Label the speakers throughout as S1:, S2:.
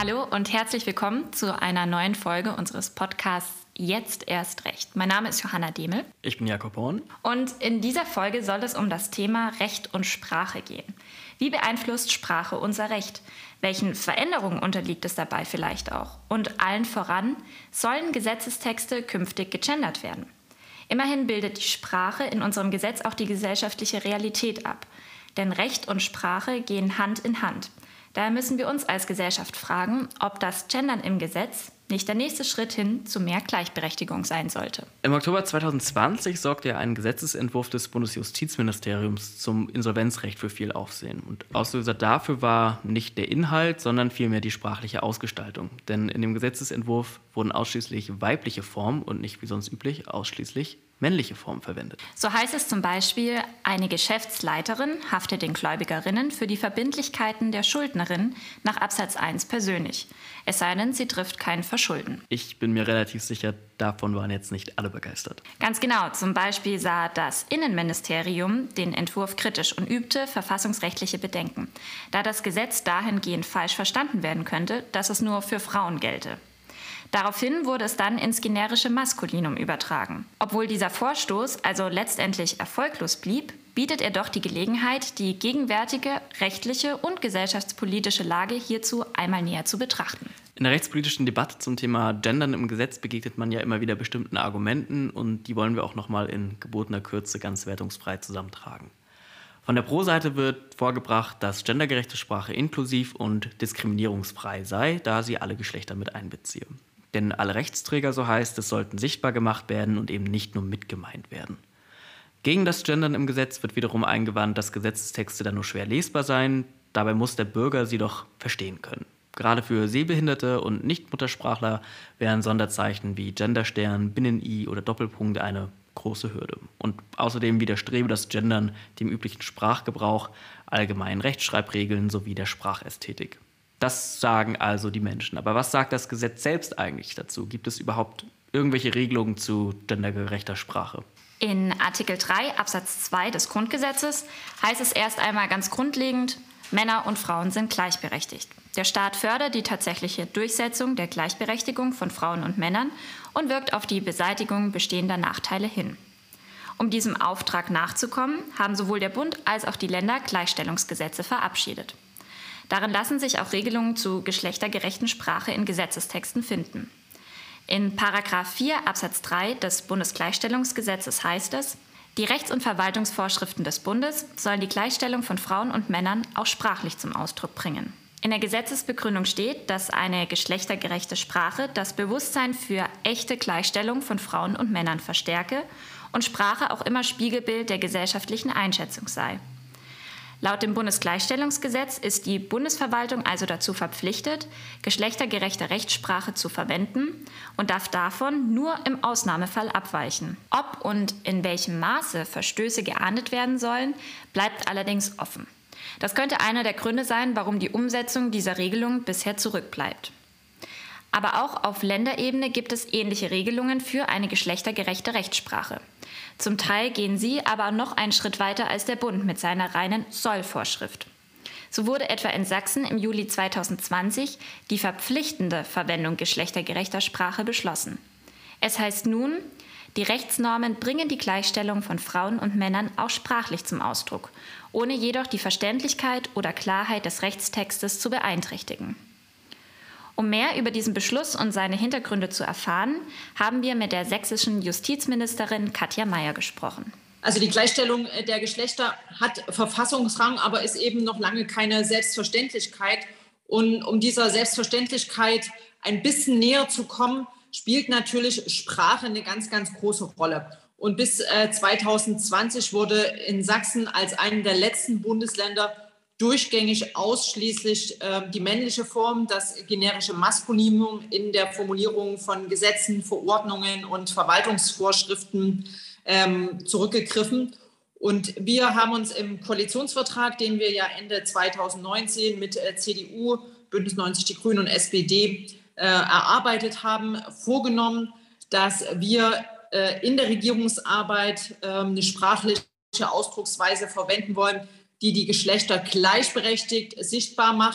S1: Hallo und herzlich willkommen zu einer neuen Folge unseres Podcasts Jetzt erst recht. Mein Name ist Johanna Demel.
S2: Ich bin Jakob Horn.
S1: Und in dieser Folge soll es um das Thema Recht und Sprache gehen. Wie beeinflusst Sprache unser Recht? Welchen Veränderungen unterliegt es dabei vielleicht auch? Und allen voran, sollen Gesetzestexte künftig gegendert werden? Immerhin bildet die Sprache in unserem Gesetz auch die gesellschaftliche Realität ab. Denn Recht und Sprache gehen Hand in Hand. Daher müssen wir uns als Gesellschaft fragen, ob das Gendern im Gesetz nicht der nächste Schritt hin zu mehr Gleichberechtigung sein sollte.
S2: Im Oktober 2020 sorgte ja ein Gesetzesentwurf des Bundesjustizministeriums zum Insolvenzrecht für viel Aufsehen. Und Auslöser dafür war nicht der Inhalt, sondern vielmehr die sprachliche Ausgestaltung. Denn in dem Gesetzesentwurf wurden ausschließlich weibliche Formen und nicht wie sonst üblich ausschließlich männliche Formen verwendet.
S1: So heißt es zum Beispiel, eine Geschäftsleiterin haftet den Gläubigerinnen für die Verbindlichkeiten der Schuldnerin nach Absatz 1 persönlich. Es sei denn, sie trifft kein Verschulden.
S2: Ich bin mir relativ sicher, davon waren jetzt nicht alle begeistert.
S1: Ganz genau. Zum Beispiel sah das Innenministerium den Entwurf kritisch und übte verfassungsrechtliche Bedenken, da das Gesetz dahingehend falsch verstanden werden könnte, dass es nur für Frauen gelte. Daraufhin wurde es dann ins generische Maskulinum übertragen. Obwohl dieser Vorstoß also letztendlich erfolglos blieb, bietet er doch die Gelegenheit, die gegenwärtige rechtliche und gesellschaftspolitische Lage hierzu einmal näher zu betrachten.
S2: In der rechtspolitischen Debatte zum Thema Gendern im Gesetz begegnet man ja immer wieder bestimmten Argumenten und die wollen wir auch nochmal in gebotener Kürze ganz wertungsfrei zusammentragen. Von der Pro-Seite wird vorgebracht, dass gendergerechte Sprache inklusiv und diskriminierungsfrei sei, da sie alle Geschlechter mit einbeziehe. Denn alle Rechtsträger, so heißt es, sollten sichtbar gemacht werden und eben nicht nur mitgemeint werden. Gegen das Gendern im Gesetz wird wiederum eingewandt, dass Gesetzestexte dann nur schwer lesbar seien. Dabei muss der Bürger sie doch verstehen können. Gerade für Sehbehinderte und Nichtmuttersprachler wären Sonderzeichen wie Genderstern, Binnen-I oder Doppelpunkt eine große Hürde. Und außerdem widerstrebe das Gendern dem üblichen Sprachgebrauch, allgemeinen Rechtschreibregeln sowie der Sprachästhetik. Das sagen also die Menschen. Aber was sagt das Gesetz selbst eigentlich dazu? Gibt es überhaupt irgendwelche Regelungen zu gendergerechter Sprache?
S1: In Artikel 3 Absatz 2 des Grundgesetzes heißt es erst einmal ganz grundlegend, Männer und Frauen sind gleichberechtigt. Der Staat fördert die tatsächliche Durchsetzung der Gleichberechtigung von Frauen und Männern und wirkt auf die Beseitigung bestehender Nachteile hin. Um diesem Auftrag nachzukommen, haben sowohl der Bund als auch die Länder Gleichstellungsgesetze verabschiedet. Darin lassen sich auch Regelungen zu geschlechtergerechten Sprache in Gesetzestexten finden. In § 4 Absatz 3 des Bundesgleichstellungsgesetzes heißt es, die Rechts- und Verwaltungsvorschriften des Bundes sollen die Gleichstellung von Frauen und Männern auch sprachlich zum Ausdruck bringen. In der Gesetzesbegründung steht, dass eine geschlechtergerechte Sprache das Bewusstsein für echte Gleichstellung von Frauen und Männern verstärke und Sprache auch immer Spiegelbild der gesellschaftlichen Einschätzung sei. Laut dem Bundesgleichstellungsgesetz ist die Bundesverwaltung also dazu verpflichtet, geschlechtergerechte Rechtssprache zu verwenden und darf davon nur im Ausnahmefall abweichen. Ob und in welchem Maße Verstöße geahndet werden sollen, bleibt allerdings offen. Das könnte einer der Gründe sein, warum die Umsetzung dieser Regelung bisher zurückbleibt. Aber auch auf Länderebene gibt es ähnliche Regelungen für eine geschlechtergerechte Rechtssprache. Zum Teil gehen sie aber noch einen Schritt weiter als der Bund mit seiner reinen Soll-Vorschrift. So wurde etwa in Sachsen im Juli 2020 die verpflichtende Verwendung geschlechtergerechter Sprache beschlossen. Es heißt nun, die Rechtsnormen bringen die Gleichstellung von Frauen und Männern auch sprachlich zum Ausdruck, ohne jedoch die Verständlichkeit oder Klarheit des Rechtstextes zu beeinträchtigen. Um mehr über diesen Beschluss und seine Hintergründe zu erfahren, haben wir mit der sächsischen Justizministerin Katja Mayer gesprochen.
S3: Also die Gleichstellung der Geschlechter hat Verfassungsrang, aber ist eben noch lange keine Selbstverständlichkeit. Und um dieser Selbstverständlichkeit ein bisschen näher zu kommen, spielt natürlich Sprache eine ganz, ganz große Rolle. Und bis 2020 wurde in Sachsen als einem der letzten Bundesländer durchgängig ausschließlich die männliche Form, das generische Maskulinum in der Formulierung von Gesetzen, Verordnungen und Verwaltungsvorschriften zurückgegriffen. Und wir haben uns im Koalitionsvertrag, den wir ja Ende 2019 mit CDU, Bündnis 90 Die Grünen und SPD erarbeitet haben, vorgenommen, dass wir in der Regierungsarbeit eine sprachliche Ausdrucksweise verwenden wollen, die die Geschlechter gleichberechtigt sichtbar macht,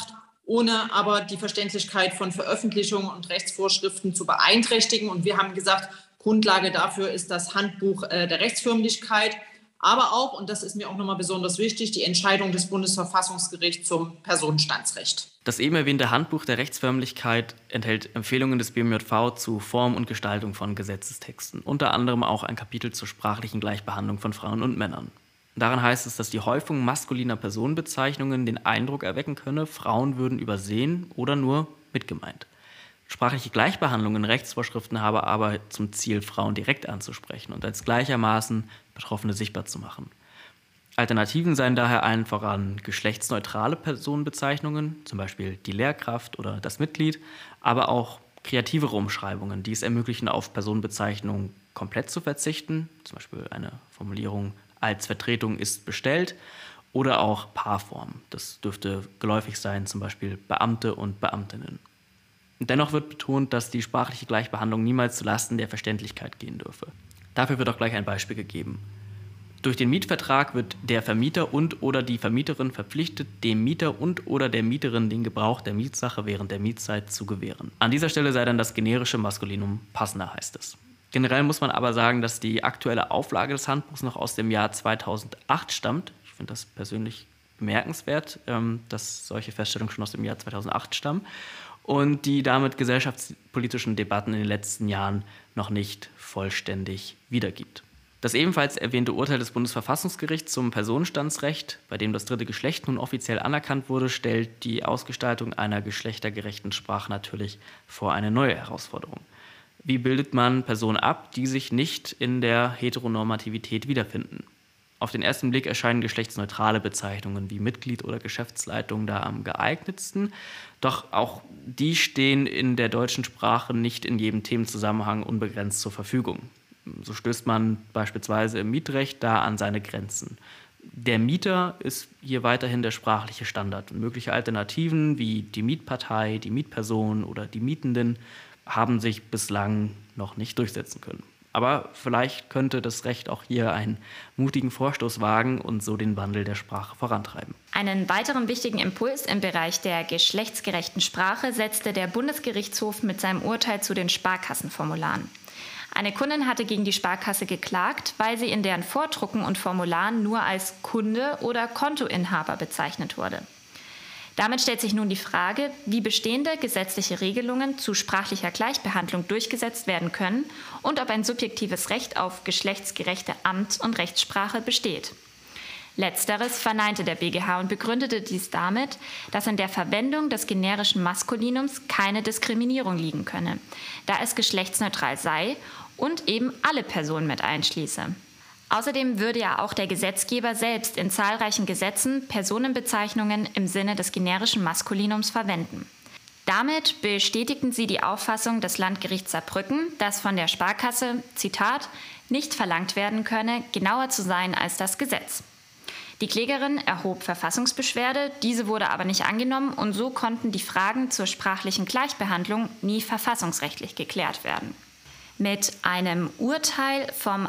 S3: ohne aber die Verständlichkeit von Veröffentlichungen und Rechtsvorschriften zu beeinträchtigen. Und wir haben gesagt, Grundlage dafür ist das Handbuch der Rechtsförmlichkeit, aber auch, und das ist mir auch nochmal besonders wichtig, die Entscheidung des Bundesverfassungsgerichts zum Personenstandsrecht.
S2: Das eben erwähnte Handbuch der Rechtsförmlichkeit enthält Empfehlungen des BMJV zu Form und Gestaltung von Gesetzestexten, unter anderem auch ein Kapitel zur sprachlichen Gleichbehandlung von Frauen und Männern. Darin heißt es, dass die Häufung maskuliner Personenbezeichnungen den Eindruck erwecken könne, Frauen würden übersehen oder nur mitgemeint. Sprachliche Gleichbehandlung in Rechtsvorschriften habe aber zum Ziel, Frauen direkt anzusprechen und als gleichermaßen Betroffene sichtbar zu machen. Alternativen seien daher allen voran geschlechtsneutrale Personenbezeichnungen, zum Beispiel die Lehrkraft oder das Mitglied, aber auch kreativere Umschreibungen, die es ermöglichen, auf Personenbezeichnungen komplett zu verzichten, zum Beispiel eine Formulierung als Vertretung ist bestellt, oder auch Paarformen. Das dürfte geläufig sein, zum Beispiel Beamte und Beamtinnen. Dennoch wird betont, dass die sprachliche Gleichbehandlung niemals zulasten der Verständlichkeit gehen dürfe. Dafür wird auch gleich ein Beispiel gegeben. Durch den Mietvertrag wird der Vermieter und/oder die Vermieterin verpflichtet, dem Mieter und/oder der Mieterin den Gebrauch der Mietsache während der Mietzeit zu gewähren. An dieser Stelle sei dann das generische Maskulinum passender, heißt es. Generell muss man aber sagen, dass die aktuelle Auflage des Handbuchs noch aus dem Jahr 2008 stammt. Ich finde das persönlich bemerkenswert, dass solche Feststellungen schon aus dem Jahr 2008 stammen und die damit gesellschaftspolitischen Debatten in den letzten Jahren noch nicht vollständig wiedergibt. Das ebenfalls erwähnte Urteil des Bundesverfassungsgerichts zum Personenstandsrecht, bei dem das dritte Geschlecht nun offiziell anerkannt wurde, stellt die Ausgestaltung einer geschlechtergerechten Sprache natürlich vor eine neue Herausforderung. Wie bildet man Personen ab, die sich nicht in der Heteronormativität wiederfinden? Auf den ersten Blick erscheinen geschlechtsneutrale Bezeichnungen wie Mitglied oder Geschäftsleitung da am geeignetsten. Doch auch die stehen in der deutschen Sprache nicht in jedem Themenzusammenhang unbegrenzt zur Verfügung. So stößt man beispielsweise im Mietrecht da an seine Grenzen. Der Mieter ist hier weiterhin der sprachliche Standard. Und mögliche Alternativen wie die Mietpartei, die Mietperson oder die Mietenden haben sich bislang noch nicht durchsetzen können. Aber vielleicht könnte das Recht auch hier einen mutigen Vorstoß wagen und so den Wandel der Sprache vorantreiben.
S1: Einen weiteren wichtigen Impuls im Bereich der geschlechtsgerechten Sprache setzte der Bundesgerichtshof mit seinem Urteil zu den Sparkassenformularen. Eine Kundin hatte gegen die Sparkasse geklagt, weil sie in deren Vordrucken und Formularen nur als Kunde oder Kontoinhaber bezeichnet wurde. Damit stellt sich nun die Frage, wie bestehende gesetzliche Regelungen zu sprachlicher Gleichbehandlung durchgesetzt werden können und ob ein subjektives Recht auf geschlechtsgerechte Amts- und Rechtssprache besteht. Letzteres verneinte der BGH und begründete dies damit, dass in der Verwendung des generischen Maskulinums keine Diskriminierung liegen könne, da es geschlechtsneutral sei und eben alle Personen mit einschließe. Außerdem würde ja auch der Gesetzgeber selbst in zahlreichen Gesetzen Personenbezeichnungen im Sinne des generischen Maskulinums verwenden. Damit bestätigten sie die Auffassung des Landgerichts Saarbrücken, dass von der Sparkasse, Zitat, nicht verlangt werden könne, genauer zu sein als das Gesetz. Die Klägerin erhob Verfassungsbeschwerde, diese wurde aber nicht angenommen und so konnten die Fragen zur sprachlichen Gleichbehandlung nie verfassungsrechtlich geklärt werden. Mit einem Urteil vom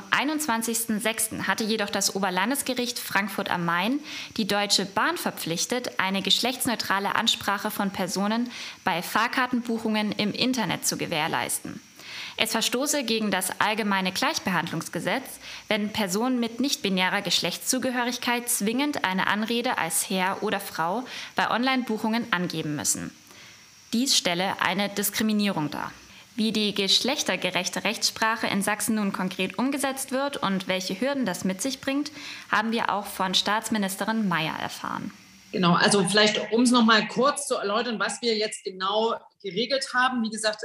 S1: 21.06. hatte jedoch das Oberlandesgericht Frankfurt am Main die Deutsche Bahn verpflichtet, eine geschlechtsneutrale Ansprache von Personen bei Fahrkartenbuchungen im Internet zu gewährleisten. Es verstoße gegen das Allgemeine Gleichbehandlungsgesetz, wenn Personen mit nicht-binärer Geschlechtszugehörigkeit zwingend eine Anrede als Herr oder Frau bei Online-Buchungen angeben müssen. Dies stelle eine Diskriminierung dar. Wie die geschlechtergerechte Rechtssprache in Sachsen nun konkret umgesetzt wird und welche Hürden das mit sich bringt, haben wir auch von Staatsministerin Mayer erfahren.
S3: Genau, also vielleicht, um es noch mal kurz zu erläutern, was wir jetzt genau geregelt haben. Wie gesagt,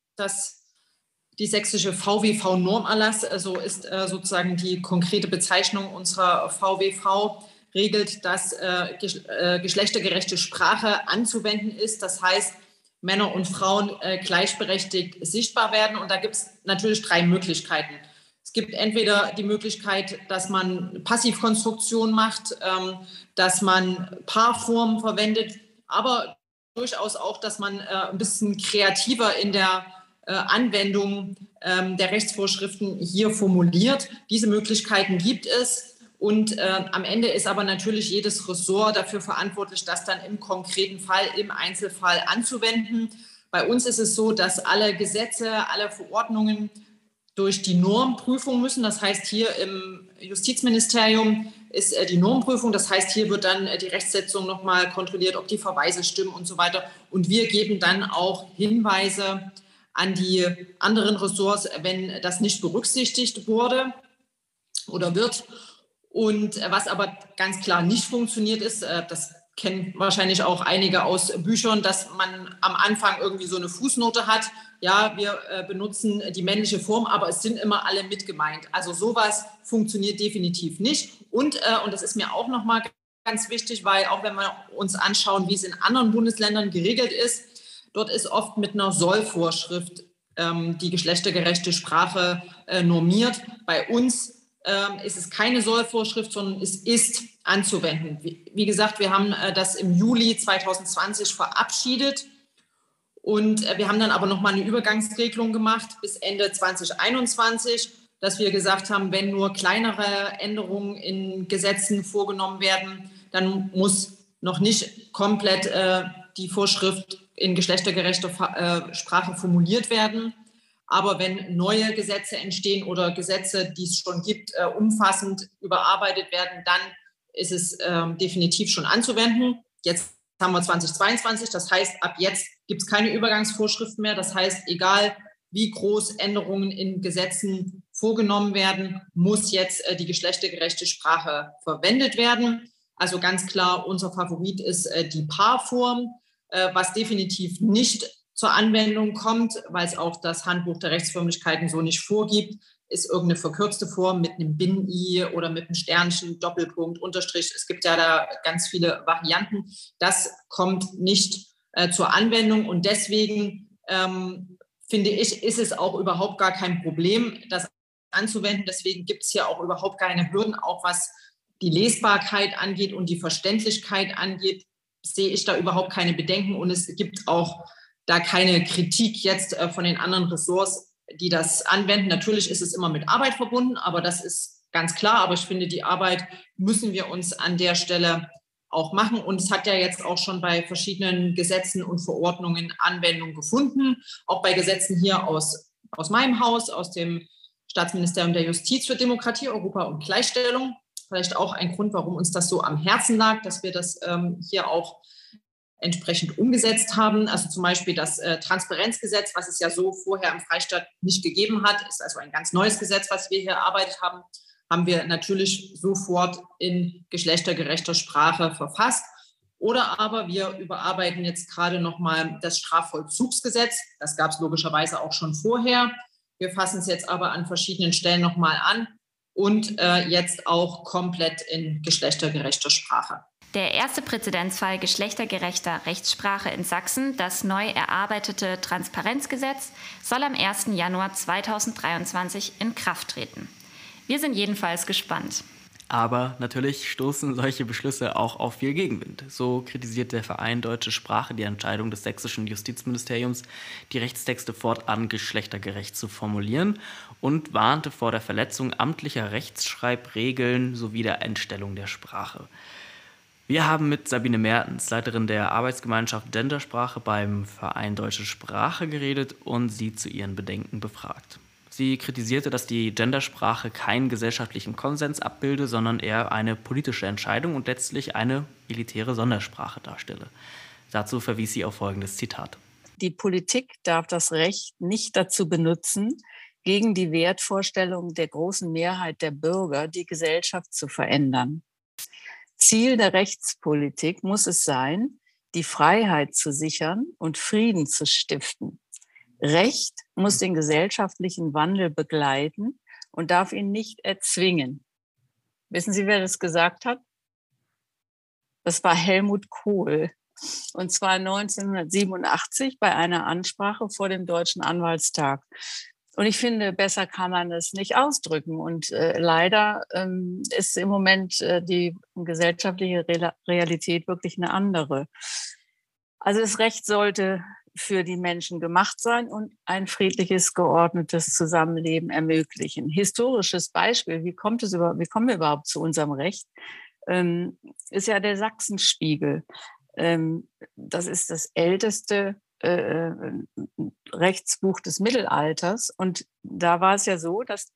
S3: die sächsische VWV-Normerlass, so ist sozusagen die konkrete Bezeichnung unserer VWV, regelt, dass geschlechtergerechte Sprache anzuwenden ist. Das heißt, Männer und Frauen gleichberechtigt sichtbar werden. Und da gibt es natürlich 3 Möglichkeiten. Es gibt entweder die Möglichkeit, dass man Passivkonstruktion macht, dass man Paarformen verwendet, aber durchaus auch, dass man ein bisschen kreativer in der Anwendung der Rechtsvorschriften hier formuliert. Diese Möglichkeiten gibt es. Und am Ende ist aber natürlich jedes Ressort dafür verantwortlich, das dann im konkreten Fall, im Einzelfall anzuwenden. Bei uns ist es so, dass alle Gesetze, alle Verordnungen durch die Normprüfung müssen. Das heißt, hier im Justizministerium ist die Normprüfung. Das heißt, hier wird dann die Rechtsetzung nochmal kontrolliert, ob die Verweise stimmen und so weiter. Und wir geben dann auch Hinweise an die anderen Ressorts, wenn das nicht berücksichtigt wurde oder wird. Und was aber ganz klar nicht funktioniert ist, das kennen wahrscheinlich auch einige aus Büchern, dass man am Anfang irgendwie so eine Fußnote hat. Ja, wir benutzen die männliche Form, aber es sind immer alle mit gemeint. Also sowas funktioniert definitiv nicht. Und das ist mir auch nochmal ganz wichtig, weil auch wenn wir uns anschauen, wie es in anderen Bundesländern geregelt ist, dort ist oft mit einer Sollvorschrift die geschlechtergerechte Sprache normiert. Bei uns ist es keine Sollvorschrift, sondern es ist anzuwenden. Wie gesagt, wir haben das im Juli 2020 verabschiedet und wir haben dann aber nochmal eine Übergangsregelung gemacht bis Ende 2021, dass wir gesagt haben, wenn nur kleinere Änderungen in Gesetzen vorgenommen werden, dann muss noch nicht komplett die Vorschrift in geschlechtergerechter Sprache formuliert werden. Aber wenn neue Gesetze entstehen oder Gesetze, die es schon gibt, umfassend überarbeitet werden, dann ist es definitiv schon anzuwenden. Jetzt haben wir 2022, das heißt, ab jetzt gibt es keine Übergangsvorschriften mehr. Das heißt, egal wie groß Änderungen in Gesetzen vorgenommen werden, muss jetzt die geschlechtergerechte Sprache verwendet werden. Also ganz klar, unser Favorit ist die Paarform, was definitiv nicht zur Anwendung kommt, weil es auch das Handbuch der Rechtsförmlichkeiten so nicht vorgibt, ist irgendeine verkürzte Form mit einem Bin-I oder mit einem Sternchen, Doppelpunkt, Unterstrich. Es gibt ja da ganz viele Varianten. Das kommt nicht zur Anwendung und deswegen finde ich, ist es auch überhaupt gar kein Problem, das anzuwenden. Deswegen gibt es hier auch überhaupt keine Hürden, auch was die Lesbarkeit angeht und die Verständlichkeit angeht, sehe ich da überhaupt keine Bedenken und es gibt auch da keine Kritik jetzt von den anderen Ressorts, die das anwenden. Natürlich ist es immer mit Arbeit verbunden, aber das ist ganz klar. Aber ich finde, die Arbeit müssen wir uns an der Stelle auch machen. Und es hat ja jetzt auch schon bei verschiedenen Gesetzen und Verordnungen Anwendung gefunden. Auch bei Gesetzen hier aus meinem Haus, aus dem Staatsministerium der Justiz für Demokratie, Europa und Gleichstellung. Vielleicht auch ein Grund, warum uns das so am Herzen lag, dass wir das hier auch entsprechend umgesetzt haben. Also zum Beispiel das Transparenzgesetz, was es ja so vorher im Freistaat nicht gegeben hat, ist also ein ganz neues Gesetz, was wir hier erarbeitet haben, haben wir natürlich sofort in geschlechtergerechter Sprache verfasst. Oder aber wir überarbeiten jetzt gerade nochmal das Strafvollzugsgesetz. Das gab es logischerweise auch schon vorher. Wir fassen es jetzt aber an verschiedenen Stellen nochmal an und jetzt auch komplett in geschlechtergerechter Sprache.
S1: Der erste Präzedenzfall geschlechtergerechter Rechtssprache in Sachsen, das neu erarbeitete Transparenzgesetz, soll am 1. Januar 2023 in Kraft treten. Wir sind jedenfalls gespannt.
S2: Aber natürlich stoßen solche Beschlüsse auch auf viel Gegenwind. So kritisiert der Verein Deutsche Sprache die Entscheidung des sächsischen Justizministeriums, die Rechtstexte fortan geschlechtergerecht zu formulieren und warnte vor der Verletzung amtlicher Rechtschreibregeln sowie der Entstellung der Sprache. Wir haben mit Sabine Mertens, Leiterin der Arbeitsgemeinschaft Gendersprache beim Verein Deutsche Sprache, geredet und sie zu ihren Bedenken befragt. Sie kritisierte, dass die Gendersprache keinen gesellschaftlichen Konsens abbilde, sondern eher eine politische Entscheidung und letztlich eine elitäre Sondersprache darstelle. Dazu verwies sie auf folgendes Zitat.
S4: Die Politik darf das Recht nicht dazu benutzen, gegen die Wertvorstellungen der großen Mehrheit der Bürger die Gesellschaft zu verändern. Ziel der Rechtspolitik muss es sein, die Freiheit zu sichern und Frieden zu stiften. Recht muss den gesellschaftlichen Wandel begleiten und darf ihn nicht erzwingen. Wissen Sie, wer das gesagt hat? Das war Helmut Kohl. Und zwar 1987 bei einer Ansprache vor dem Deutschen Anwaltstag. Und ich finde, besser kann man es nicht ausdrücken. Und leider ist im Moment die gesellschaftliche Realität wirklich eine andere. Also das Recht sollte für die Menschen gemacht sein und ein friedliches, geordnetes Zusammenleben ermöglichen. Historisches Beispiel, wie kommen wir überhaupt zu unserem Recht, ist ja der Sachsenspiegel. Das ist das älteste Rechtsbuch des Mittelalters. Und da war es ja so, dass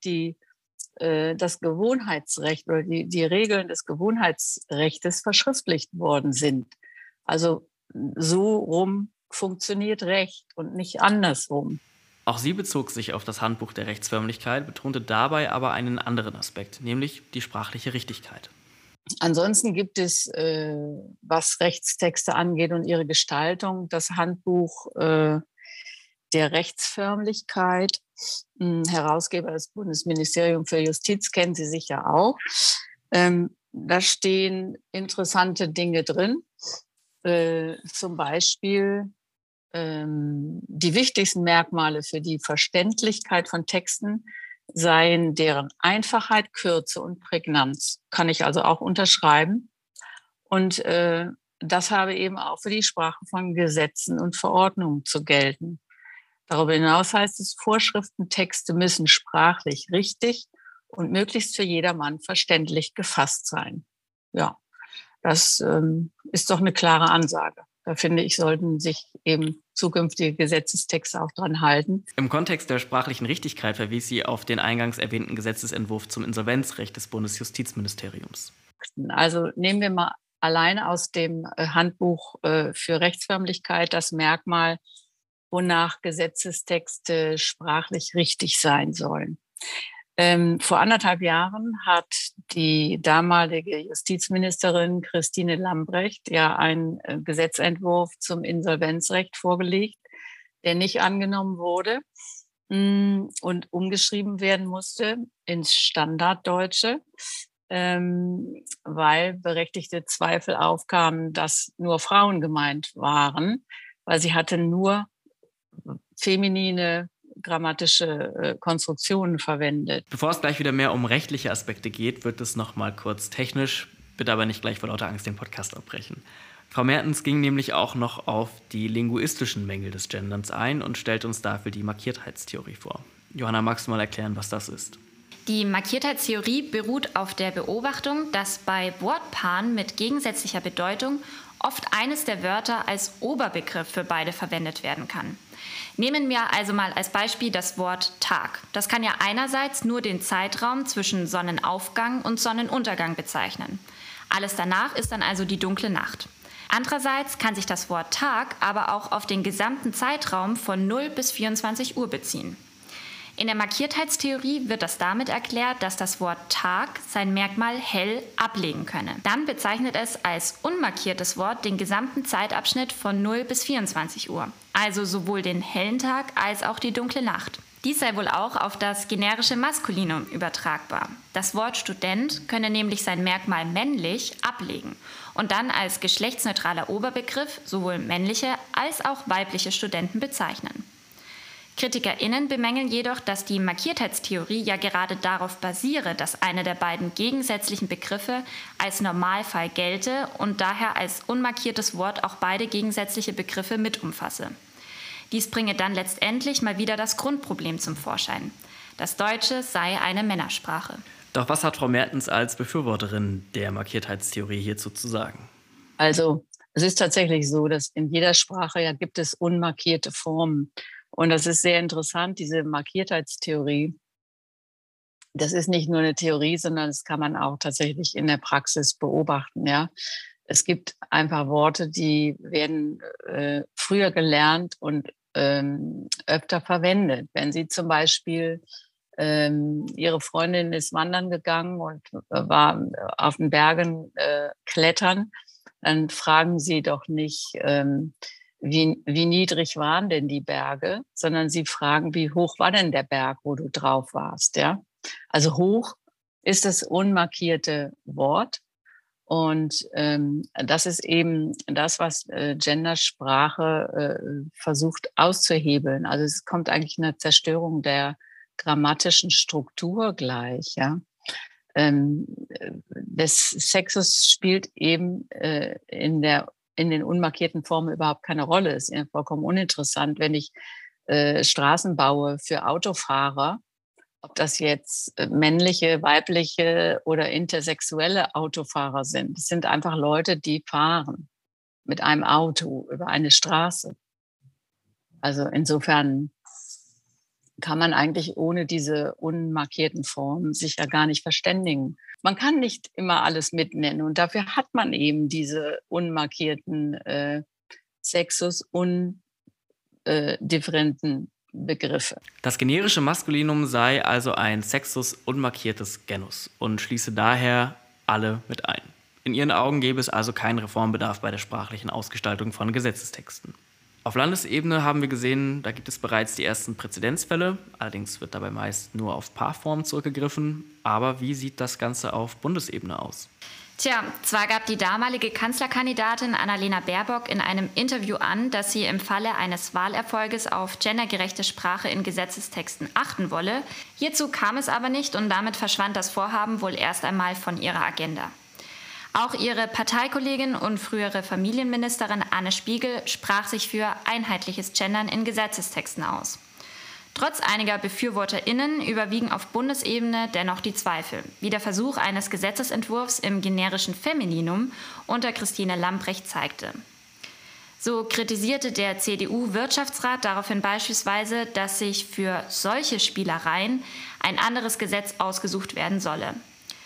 S4: das Gewohnheitsrecht oder die Regeln des Gewohnheitsrechtes verschriftlicht worden sind. Also so rum funktioniert Recht und nicht andersrum.
S2: Auch sie bezog sich auf das Handbuch der Rechtsförmlichkeit, betonte dabei aber einen anderen Aspekt, nämlich die sprachliche Richtigkeit.
S4: Ansonsten gibt es, was Rechtstexte angeht und ihre Gestaltung, das Handbuch der Rechtsförmlichkeit. Herausgeber des Bundesministerium für Justiz, kennen Sie sicher auch. Da stehen interessante Dinge drin. Zum Beispiel die wichtigsten Merkmale für die Verständlichkeit von Texten seien deren Einfachheit, Kürze und Prägnanz. Kann ich also auch unterschreiben. Und das habe eben auch für die Sprache von Gesetzen und Verordnungen zu gelten. Darüber hinaus heißt es, Vorschriftentexte müssen sprachlich richtig und möglichst für jedermann verständlich gefasst sein. Ja, das ist doch eine klare Ansage. Da finde ich, sollten sich eben zukünftige Gesetzestexte auch dran halten.
S2: Im Kontext der sprachlichen Richtigkeit verwies sie auf den eingangs erwähnten Gesetzesentwurf zum Insolvenzrecht des Bundesjustizministeriums.
S4: Also nehmen wir mal alleine aus dem Handbuch für Rechtsförmlichkeit das Merkmal, wonach Gesetzestexte sprachlich richtig sein sollen. Vor 1,5 Jahren hat die damalige Justizministerin Christine Lambrecht ja einen Gesetzentwurf zum Insolvenzrecht vorgelegt, der nicht angenommen wurde und umgeschrieben werden musste ins Standarddeutsche, weil berechtigte Zweifel aufkamen, dass nur Frauen gemeint waren, weil sie hatten nur feminine grammatische Konstruktionen verwendet.
S2: Bevor es gleich wieder mehr um rechtliche Aspekte geht, wird es noch mal kurz technisch, bitte aber nicht gleich vor lauter Angst den Podcast abbrechen. Frau Mertens ging nämlich auch noch auf die linguistischen Mängel des Genderns ein und stellt uns dafür die Markiertheitstheorie vor. Johanna, magst du mal erklären, was das ist?
S1: Die Markiertheitstheorie beruht auf der Beobachtung, dass bei Wortpaaren mit gegensätzlicher Bedeutung oft eines der Wörter als Oberbegriff für beide verwendet werden kann. Nehmen wir also mal als Beispiel das Wort Tag. Das kann ja einerseits nur den Zeitraum zwischen Sonnenaufgang und Sonnenuntergang bezeichnen. Alles danach ist dann also die dunkle Nacht. Andererseits kann sich das Wort Tag aber auch auf den gesamten Zeitraum von 0 bis 24 Uhr beziehen. In der Markiertheitstheorie wird das damit erklärt, dass das Wort Tag sein Merkmal hell ablegen könne. Dann bezeichnet es als unmarkiertes Wort den gesamten Zeitabschnitt von 0 bis 24 Uhr, also sowohl den hellen Tag als auch die dunkle Nacht. Dies sei wohl auch auf das generische Maskulinum übertragbar. Das Wort Student könne nämlich sein Merkmal männlich ablegen und dann als geschlechtsneutraler Oberbegriff sowohl männliche als auch weibliche Studenten bezeichnen. KritikerInnen bemängeln jedoch, dass die Markiertheitstheorie ja gerade darauf basiere, dass einer der beiden gegensätzlichen Begriffe als Normalfall gelte und daher als unmarkiertes Wort auch beide gegensätzliche Begriffe mit umfasse. Dies bringe dann letztendlich mal wieder das Grundproblem zum Vorschein. Das Deutsche sei eine Männersprache.
S2: Doch was hat Frau Mertens als Befürworterin der Markiertheitstheorie hierzu zu sagen?
S4: Also es ist tatsächlich so, dass in jeder Sprache ja gibt es unmarkierte Formen. Und das ist sehr interessant, diese Markiertheitstheorie. Das ist nicht nur eine Theorie, sondern das kann man auch tatsächlich in der Praxis beobachten. Ja, es gibt einfach Worte, die werden früher gelernt und öfter verwendet. Wenn Sie zum Beispiel Ihre Freundin ist wandern gegangen und war auf den Bergen klettern, dann fragen Sie doch nicht, wie niedrig waren denn die Berge, sondern Sie fragen, wie hoch war denn der Berg, wo du drauf warst, ja? Also hoch ist das unmarkierte Wort und das ist eben das, was Gendersprache versucht auszuhebeln. Also es kommt eigentlich einer Zerstörung der grammatischen Struktur gleich, ja? Des Sexus spielt eben in der in den unmarkierten Formen überhaupt keine Rolle. Ist ja vollkommen uninteressant, wenn ich Straßen baue für Autofahrer, ob das jetzt männliche, weibliche oder intersexuelle Autofahrer sind. Es sind einfach Leute, die fahren mit einem Auto über eine Straße. Also insofern kann man eigentlich ohne diese unmarkierten Formen sich ja gar nicht verständigen. Man kann nicht immer alles mitnennen und dafür hat man eben diese unmarkierten Sexus undifferenten Begriffe.
S2: Das generische Maskulinum sei also ein Sexus unmarkiertes Genus und schließe daher alle mit ein. In ihren Augen gäbe es also keinen Reformbedarf bei der sprachlichen Ausgestaltung von Gesetzestexten. Auf Landesebene haben wir gesehen, da gibt es bereits die ersten Präzedenzfälle, allerdings wird dabei meist nur auf Paarformen zurückgegriffen. Aber wie sieht das Ganze auf Bundesebene aus?
S1: Tja, zwar gab die damalige Kanzlerkandidatin Annalena Baerbock in einem Interview an, dass sie im Falle eines Wahlerfolges auf gendergerechte Sprache in Gesetzestexten achten wolle. Hierzu kam es aber nicht und damit verschwand das Vorhaben wohl erst einmal von ihrer Agenda. Auch ihre Parteikollegin und frühere Familienministerin Anne Spiegel sprach sich für einheitliches Gendern in Gesetzestexten aus. Trotz einiger BefürworterInnen überwiegen auf Bundesebene dennoch die Zweifel, wie der Versuch eines Gesetzesentwurfs im generischen Femininum unter Christine Lambrecht zeigte. So kritisierte der CDU-Wirtschaftsrat daraufhin beispielsweise, dass sich für solche Spielereien ein anderes Gesetz ausgesucht werden solle.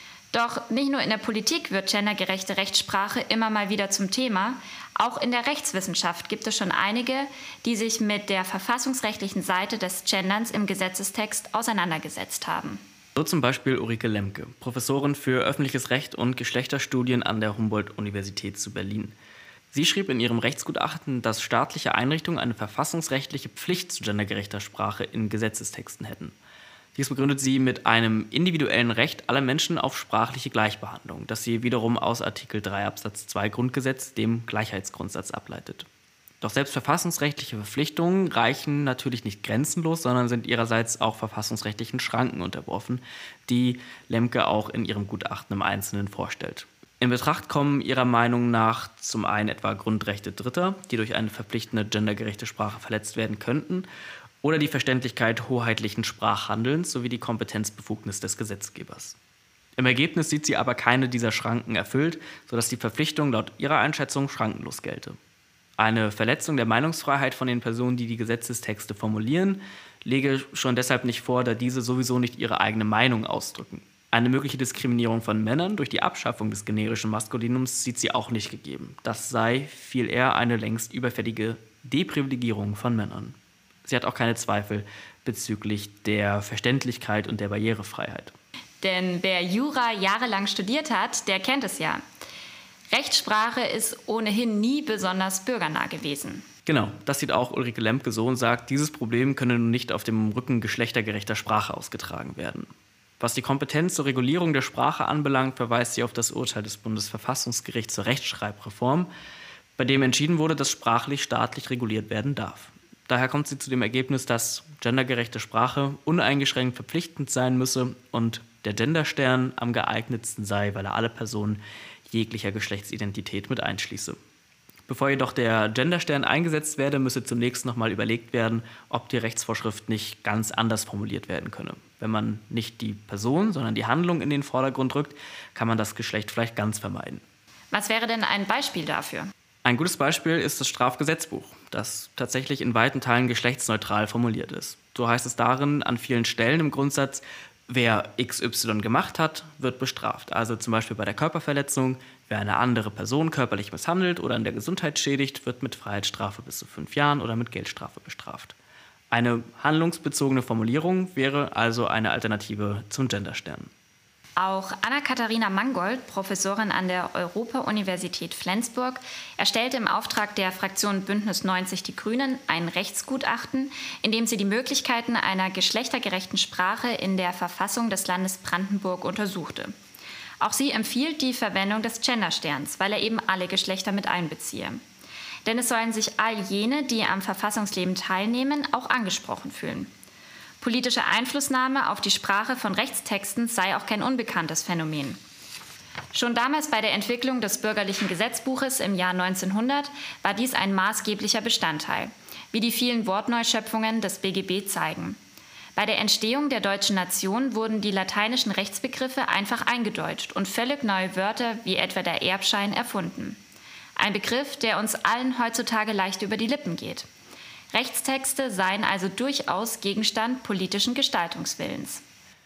S1: Doch nicht nur in der Politik wird gendergerechte Rechtssprache immer mal wieder zum Thema. Auch in der Rechtswissenschaft gibt es schon einige, die sich mit der verfassungsrechtlichen Seite des Genderns im Gesetzestext auseinandergesetzt haben.
S2: So zum Beispiel Ulrike Lemke, Professorin für öffentliches Recht und Geschlechterstudien an der Humboldt-Universität zu Berlin. Sie schrieb in ihrem Rechtsgutachten, dass staatliche Einrichtungen eine verfassungsrechtliche Pflicht zu gendergerechter Sprache in Gesetzestexten hätten. Dies begründet sie mit einem individuellen Recht aller Menschen auf sprachliche Gleichbehandlung, das sie wiederum aus Artikel 3 Absatz 2 Grundgesetz, dem Gleichheitsgrundsatz, ableitet. Doch selbst verfassungsrechtliche Verpflichtungen reichen natürlich nicht grenzenlos, sondern sind ihrerseits auch verfassungsrechtlichen Schranken unterworfen, die Lemke auch in ihrem Gutachten im Einzelnen vorstellt. In Betracht kommen ihrer Meinung nach zum einen etwa Grundrechte Dritter, die durch eine verpflichtende gendergerechte Sprache verletzt werden könnten, oder die Verständlichkeit hoheitlichen Sprachhandelns sowie die Kompetenzbefugnis des Gesetzgebers. Im Ergebnis sieht sie aber keine dieser Schranken erfüllt, sodass die Verpflichtung laut ihrer Einschätzung schrankenlos gelte. Eine Verletzung der Meinungsfreiheit von den Personen, die die Gesetzestexte formulieren, lege schon deshalb nicht vor, da diese sowieso nicht ihre eigene Meinung ausdrücken. Eine mögliche Diskriminierung von Männern durch die Abschaffung des generischen Maskulinums sieht sie auch nicht gegeben. Das sei viel eher eine längst überfällige Deprivilegierung von Männern. Sie hat auch keine Zweifel bezüglich der Verständlichkeit und der Barrierefreiheit.
S1: Denn wer Jura jahrelang studiert hat, der kennt es ja. Rechtssprache ist ohnehin nie besonders bürgernah gewesen.
S2: Genau, das sieht auch Ulrike Lemke so und sagt, dieses Problem könne nun nicht auf dem Rücken geschlechtergerechter Sprache ausgetragen werden. Was die Kompetenz zur Regulierung der Sprache anbelangt, verweist sie auf das Urteil des Bundesverfassungsgerichts zur Rechtschreibreform, bei dem entschieden wurde, dass sprachlich staatlich reguliert werden darf. Daher kommt sie zu dem Ergebnis, dass gendergerechte Sprache uneingeschränkt verpflichtend sein müsse und der Genderstern am geeignetsten sei, weil er alle Personen jeglicher Geschlechtsidentität mit einschließe. Bevor jedoch der Genderstern eingesetzt werde, müsse zunächst nochmal überlegt werden, ob die Rechtsvorschrift nicht ganz anders formuliert werden könne. Wenn man nicht die Person, sondern die Handlung in den Vordergrund rückt, kann man das Geschlecht vielleicht ganz vermeiden.
S1: Was wäre denn ein Beispiel dafür?
S2: Ein gutes Beispiel ist das Strafgesetzbuch, das tatsächlich in weiten Teilen geschlechtsneutral formuliert ist. So heißt es darin an vielen Stellen im Grundsatz, wer XY gemacht hat, wird bestraft. Also zum Beispiel bei der Körperverletzung, wer eine andere Person körperlich misshandelt oder an der Gesundheit schädigt, wird mit Freiheitsstrafe bis zu 5 Jahren oder mit Geldstrafe bestraft. Eine handlungsbezogene Formulierung wäre also eine Alternative zum Genderstern.
S1: Auch Anna-Katharina Mangold, Professorin an der Europa-Universität Flensburg, erstellte im Auftrag der Fraktion Bündnis 90 Die Grünen ein Rechtsgutachten, in dem sie die Möglichkeiten einer geschlechtergerechten Sprache in der Verfassung des Landes Brandenburg untersuchte. Auch sie empfiehlt die Verwendung des Gendersterns, weil er eben alle Geschlechter mit einbeziehe. Denn es sollen sich all jene, die am Verfassungsleben teilnehmen, auch angesprochen fühlen. Politische Einflussnahme auf die Sprache von Rechtstexten sei auch kein unbekanntes Phänomen. Schon damals bei der Entwicklung des bürgerlichen Gesetzbuches im Jahr 1900 war dies ein maßgeblicher Bestandteil, wie die vielen Wortneuschöpfungen des BGB zeigen. Bei der Entstehung der deutschen Nation wurden die lateinischen Rechtsbegriffe einfach eingedeutscht und völlig neue Wörter wie etwa der Erbschein erfunden. Ein Begriff, der uns allen heutzutage leicht über die Lippen geht. Rechtstexte seien also durchaus Gegenstand politischen Gestaltungswillens.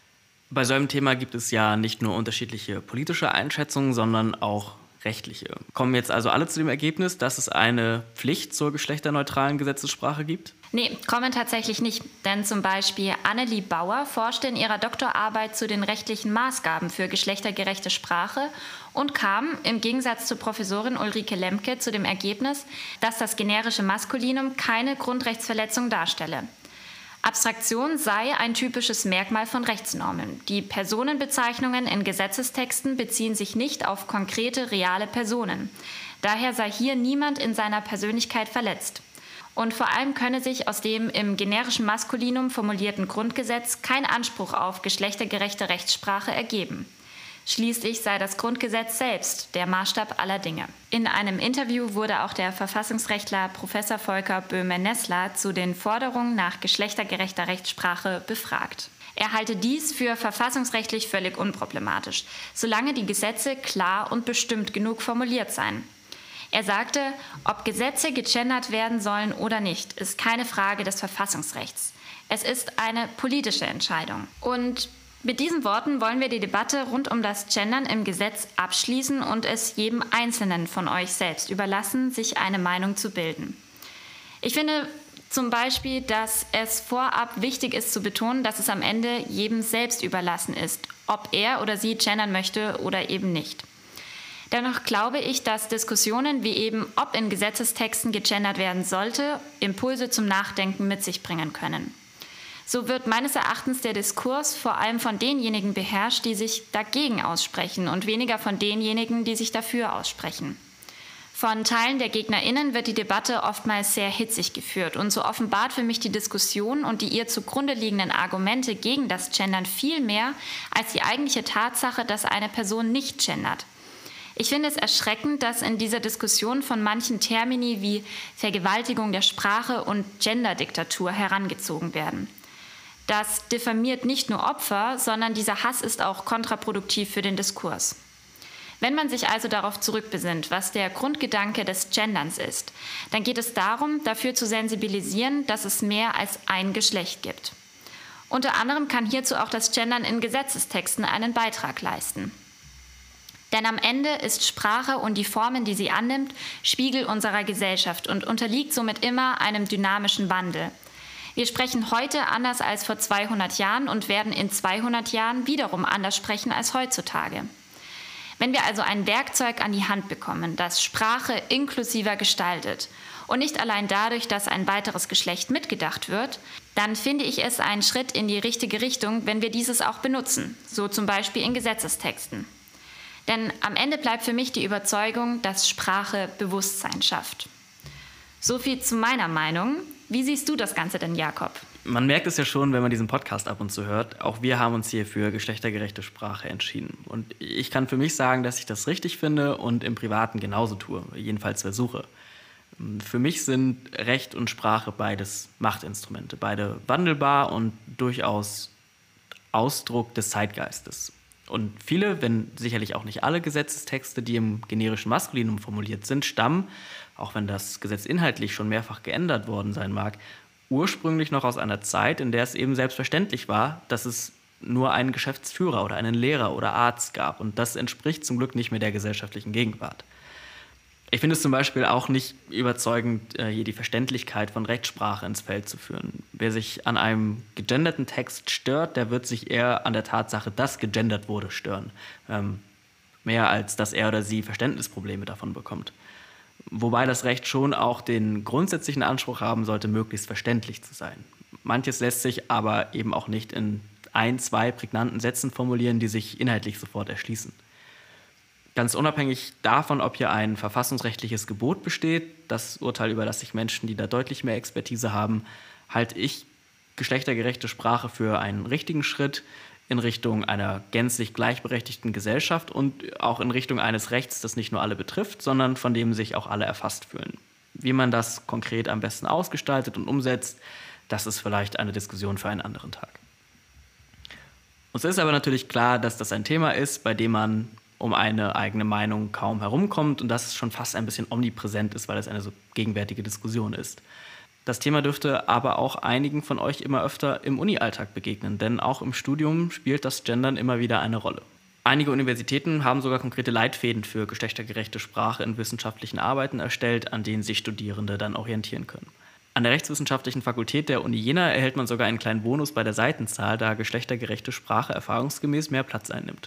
S2: Bei so einem Thema gibt es ja nicht nur unterschiedliche politische Einschätzungen, sondern auch rechtliche. Kommen jetzt also alle zu dem Ergebnis, dass es eine Pflicht zur geschlechterneutralen Gesetzessprache gibt?
S1: Nee, kommen tatsächlich nicht, denn zum Beispiel Annelie Bauer forschte in ihrer Doktorarbeit zu den rechtlichen Maßgaben für geschlechtergerechte Sprache und kam, im Gegensatz zu Professorin Ulrike Lemke, zu dem Ergebnis, dass das generische Maskulinum keine Grundrechtsverletzung darstelle. Abstraktion sei ein typisches Merkmal von Rechtsnormen. Die Personenbezeichnungen in Gesetzestexten beziehen sich nicht auf konkrete, reale Personen. Daher sei hier niemand in seiner Persönlichkeit verletzt. Und vor allem könne sich aus dem im generischen Maskulinum formulierten Grundgesetz kein Anspruch auf geschlechtergerechte Rechtssprache ergeben. Schließlich sei das Grundgesetz selbst der Maßstab aller Dinge. In einem Interview wurde auch der Verfassungsrechtler Professor Volker Böhme-Nessler zu den Forderungen nach geschlechtergerechter Rechtssprache befragt. Er halte dies für verfassungsrechtlich völlig unproblematisch, solange die Gesetze klar und bestimmt genug formuliert seien. Er sagte, ob Gesetze gegendert werden sollen oder nicht, ist keine Frage des Verfassungsrechts. Es ist eine politische Entscheidung. Und mit diesen Worten wollen wir die Debatte rund um das Gendern im Gesetz abschließen und es jedem Einzelnen von euch selbst überlassen, sich eine Meinung zu bilden. Ich finde zum Beispiel, dass es vorab wichtig ist zu betonen, dass es am Ende jedem selbst überlassen ist, ob er oder sie gendern möchte oder eben nicht. Dennoch glaube ich, dass Diskussionen wie eben, ob in Gesetzestexten gegendert werden sollte, Impulse zum Nachdenken mit sich bringen können. So wird meines Erachtens der Diskurs vor allem von denjenigen beherrscht, die sich dagegen aussprechen und weniger von denjenigen, die sich dafür aussprechen. Von Teilen der GegnerInnen wird die Debatte oftmals sehr hitzig geführt und so offenbart für mich die Diskussion und die ihr zugrunde liegenden Argumente gegen das Gendern viel mehr als die eigentliche Tatsache, dass eine Person nicht gendert. Ich finde es erschreckend, dass in dieser Diskussion von manchen Termini wie Vergewaltigung der Sprache und Genderdiktatur herangezogen werden. Das diffamiert nicht nur Opfer, sondern dieser Hass ist auch kontraproduktiv für den Diskurs. Wenn man sich also darauf zurückbesinnt, was der Grundgedanke des Genderns ist, dann geht es darum, dafür zu sensibilisieren, dass es mehr als ein Geschlecht gibt. Unter anderem kann hierzu auch das Gendern in Gesetzestexten einen Beitrag leisten. Denn am Ende ist Sprache und die Formen, die sie annimmt, Spiegel unserer Gesellschaft und unterliegt somit immer einem dynamischen Wandel. Wir sprechen heute anders als vor 200 Jahren und werden in 200 Jahren wiederum anders sprechen als heutzutage. Wenn wir also ein Werkzeug an die Hand bekommen, das Sprache inklusiver gestaltet und nicht allein dadurch, dass ein weiteres Geschlecht mitgedacht wird, dann finde ich es einen Schritt in die richtige Richtung, wenn wir dieses auch benutzen, so zum Beispiel in Gesetzestexten. Denn am Ende bleibt für mich die Überzeugung, dass Sprache Bewusstsein schafft. So viel zu meiner Meinung. Wie siehst du das Ganze denn, Jakob?
S2: Man merkt es ja schon, wenn man diesen Podcast ab und zu hört. Auch wir haben uns hier für geschlechtergerechte Sprache entschieden. Und ich kann für mich sagen, dass ich das richtig finde und im Privaten genauso tue, jedenfalls versuche. Für mich sind Recht und Sprache beides Machtinstrumente, beide wandelbar und durchaus Ausdruck des Zeitgeistes. Und viele, wenn sicherlich auch nicht alle Gesetzestexte, die im generischen Maskulinum formuliert sind, stammen, auch wenn das Gesetz inhaltlich schon mehrfach geändert worden sein mag, ursprünglich noch aus einer Zeit, in der es eben selbstverständlich war, dass es nur einen Geschäftsführer oder einen Lehrer oder Arzt gab. Und das entspricht zum Glück nicht mehr der gesellschaftlichen Gegenwart. Ich finde es zum Beispiel auch nicht überzeugend, hier die Verständlichkeit von Rechtssprache ins Feld zu führen. Wer sich an einem gegenderten Text stört, der wird sich eher an der Tatsache, dass gegendert wurde, stören. Mehr als, dass er oder sie Verständnisprobleme davon bekommt. Wobei das Recht schon auch den grundsätzlichen Anspruch haben sollte, möglichst verständlich zu sein. Manches lässt sich aber eben auch nicht in 1, 2 prägnanten Sätzen formulieren, die sich inhaltlich sofort erschließen. Ganz unabhängig davon, ob hier ein verfassungsrechtliches Gebot besteht, das Urteil überlasse ich Menschen, die da deutlich mehr Expertise haben, halte ich geschlechtergerechte Sprache für einen richtigen Schritt in Richtung einer gänzlich gleichberechtigten Gesellschaft und auch in Richtung eines Rechts, das nicht nur alle betrifft, sondern von dem sich auch alle erfasst fühlen. Wie man das konkret am besten ausgestaltet und umsetzt, das ist vielleicht eine Diskussion für einen anderen Tag. Uns ist aber natürlich klar, dass das ein Thema ist, bei dem man um eine eigene Meinung kaum herumkommt und dass es schon fast ein bisschen omnipräsent ist, weil es eine so gegenwärtige Diskussion ist. Das Thema dürfte aber auch einigen von euch immer öfter im Uni-Alltag begegnen, denn auch im Studium spielt das Gendern immer wieder eine Rolle. Einige Universitäten haben sogar konkrete Leitfäden für geschlechtergerechte Sprache in wissenschaftlichen Arbeiten erstellt, an denen sich Studierende dann orientieren können. An der Rechtswissenschaftlichen Fakultät der Uni Jena erhält man sogar einen kleinen Bonus bei der Seitenzahl, da geschlechtergerechte Sprache erfahrungsgemäß mehr Platz einnimmt.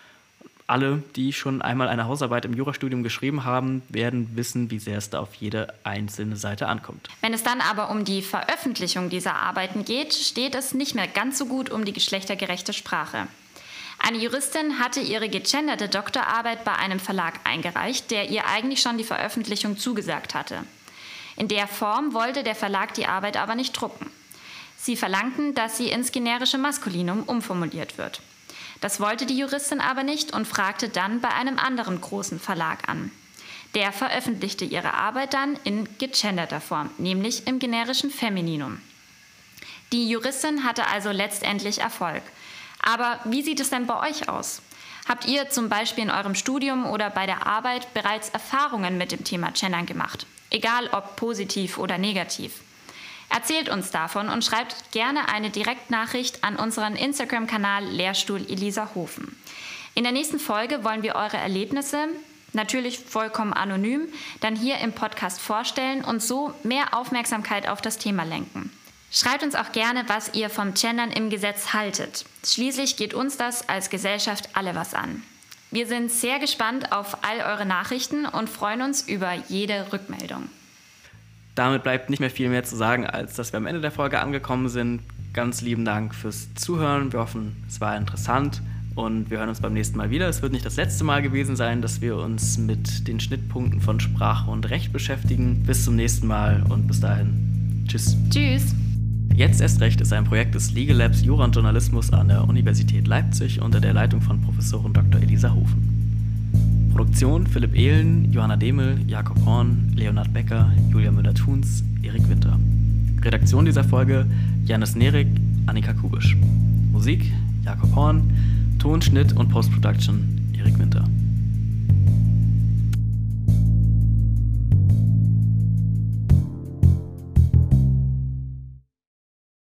S2: Alle, die schon einmal eine Hausarbeit im Jurastudium geschrieben haben, werden wissen, wie sehr es da auf jede einzelne Seite ankommt.
S1: Wenn es dann aber um die Veröffentlichung dieser Arbeiten geht, steht es nicht mehr ganz so gut um die geschlechtergerechte Sprache. Eine Juristin hatte ihre gegenderte Doktorarbeit bei einem Verlag eingereicht, der ihr eigentlich schon die Veröffentlichung zugesagt hatte. In der Form wollte der Verlag die Arbeit aber nicht drucken. Sie verlangten, dass sie ins generische Maskulinum umformuliert wird. Das wollte die Juristin aber nicht und fragte dann bei einem anderen großen Verlag an. Der veröffentlichte ihre Arbeit dann in gegenderter Form, nämlich im generischen Femininum. Die Juristin hatte also letztendlich Erfolg. Aber wie sieht es denn bei euch aus? Habt ihr zum Beispiel in eurem Studium oder bei der Arbeit bereits Erfahrungen mit dem Thema Gendern gemacht? Egal ob positiv oder negativ. Erzählt uns davon und schreibt gerne eine Direktnachricht an unseren Instagram-Kanal Lehrstuhl Elisa Hofen. In der nächsten Folge wollen wir eure Erlebnisse, natürlich vollkommen anonym, dann hier im Podcast vorstellen und so mehr Aufmerksamkeit auf das Thema lenken. Schreibt uns auch gerne, was ihr vom Gendern im Gesetz haltet. Schließlich geht uns das als Gesellschaft alle was an. Wir sind sehr gespannt auf all eure Nachrichten und freuen uns über jede Rückmeldung.
S2: Damit bleibt nicht mehr viel mehr zu sagen, als dass wir am Ende der Folge angekommen sind. Ganz lieben Dank fürs Zuhören. Wir hoffen, es war interessant und wir hören uns beim nächsten Mal wieder. Es wird nicht das letzte Mal gewesen sein, dass wir uns mit den Schnittpunkten von Sprache und Recht beschäftigen. Bis zum nächsten Mal und bis dahin. Tschüss.
S1: Tschüss.
S2: Jetzt erst Recht ist ein Projekt des Legal Labs Jura und Journalismus an der Universität Leipzig unter der Leitung von Professorin Dr. Elisa Hofen. Produktion Philipp Ehlen, Johanna Demel, Jakob Horn, Leonhard Becker, Julia Müller-Thuns, Erik Winter. Redaktion dieser Folge Janis Nerik, Annika Kubisch. Musik Jakob Horn, Ton, Schnitt und Post-Production Erik Winter.